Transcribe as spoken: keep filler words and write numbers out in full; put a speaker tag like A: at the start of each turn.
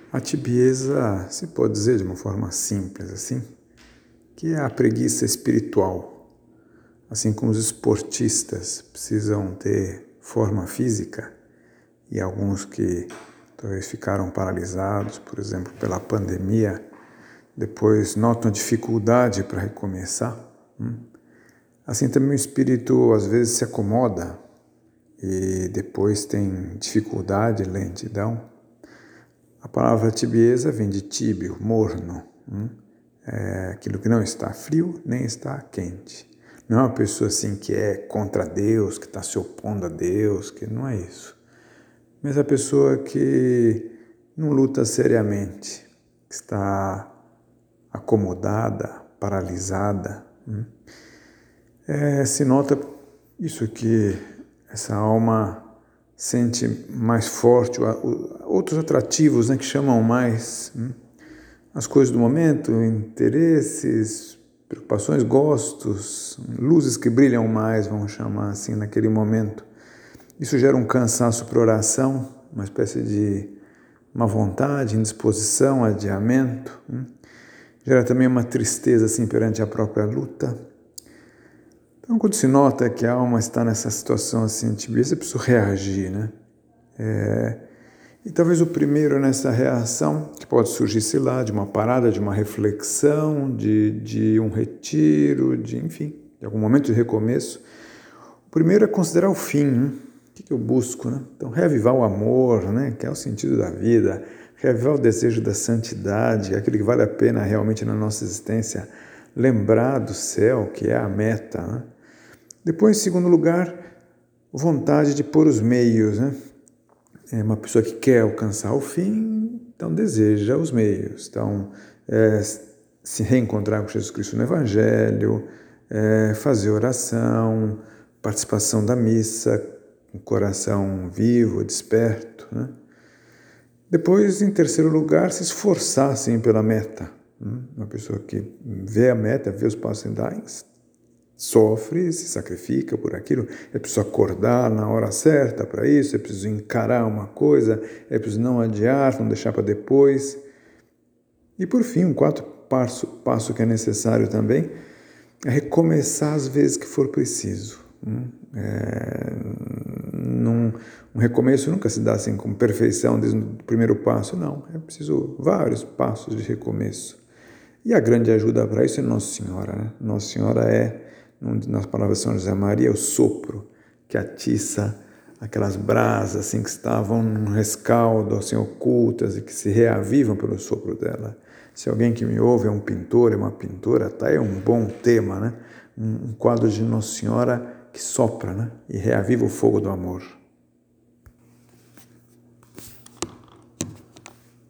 A: A tibieza se pode dizer de uma forma simples assim, que é a preguiça espiritual. Assim como os esportistas precisam ter forma física e alguns que talvez ficaram paralisados, por exemplo, pela pandemia, depois notam dificuldade para recomeçar. Assim também o espírito às vezes se acomoda e depois tem dificuldade, lentidão. A palavra tibieza vem de tíbio, morno. É aquilo que não está frio nem está quente. Não é uma pessoa assim que é contra Deus, que está se opondo a Deus, que não é isso. Mas é a pessoa que não luta seriamente, que está acomodada, paralisada. É, se nota isso que essa alma sente mais forte, outros atrativos, né, que chamam mais né, as coisas do momento, interesses, preocupações, gostos, luzes que brilham mais, vamos chamar assim, naquele momento. Isso gera um cansaço para oração, uma espécie de má vontade, indisposição, adiamento. Né? Gera também uma tristeza assim perante a própria luta. Então, quando se nota que a alma está nessa situação assim, tibieza, é preciso reagir, né? É, e talvez o primeiro nessa reação, que pode surgir, sei lá, de uma parada, de uma reflexão, de, de um retiro, de, enfim, de algum momento de recomeço. O primeiro é considerar o fim, né? O que, que eu busco, né? Então, reavivar o amor, né? Que é o sentido da vida, reavivar o desejo da santidade, aquilo que vale a pena realmente na nossa existência, lembrar do céu, que é a meta, né? Depois, em segundo lugar, vontade de pôr os meios, né? É uma pessoa que quer alcançar o fim, então deseja os meios. Então, é, se reencontrar com Jesus Cristo no Evangelho, é, fazer oração, participação da missa, um coração vivo, desperto, né? Depois, em terceiro lugar, se esforçar, sim, pela meta. Né? Uma pessoa que vê a meta, vê os passos em dar, sofre, se sacrifica por aquilo, é preciso acordar na hora certa para isso, é preciso encarar uma coisa, é preciso não adiar, não deixar para depois. E por fim, um quarto passo, passo que é necessário também, é recomeçar às vezes que for preciso. É, num, um recomeço nunca se dá assim com perfeição desde o primeiro passo, não, é preciso vários passos de recomeço. E a grande ajuda para isso é Nossa Senhora, né? Nossa Senhora é, nas palavras de São José Maria, o sopro que atiça aquelas brasas assim, que estavam num rescaldo, assim, ocultas e que se reavivam pelo sopro dela. Se alguém que me ouve é um pintor, é uma pintora, tá aí um bom tema, né? Um quadro de Nossa Senhora que sopra, né? E reaviva o fogo do amor.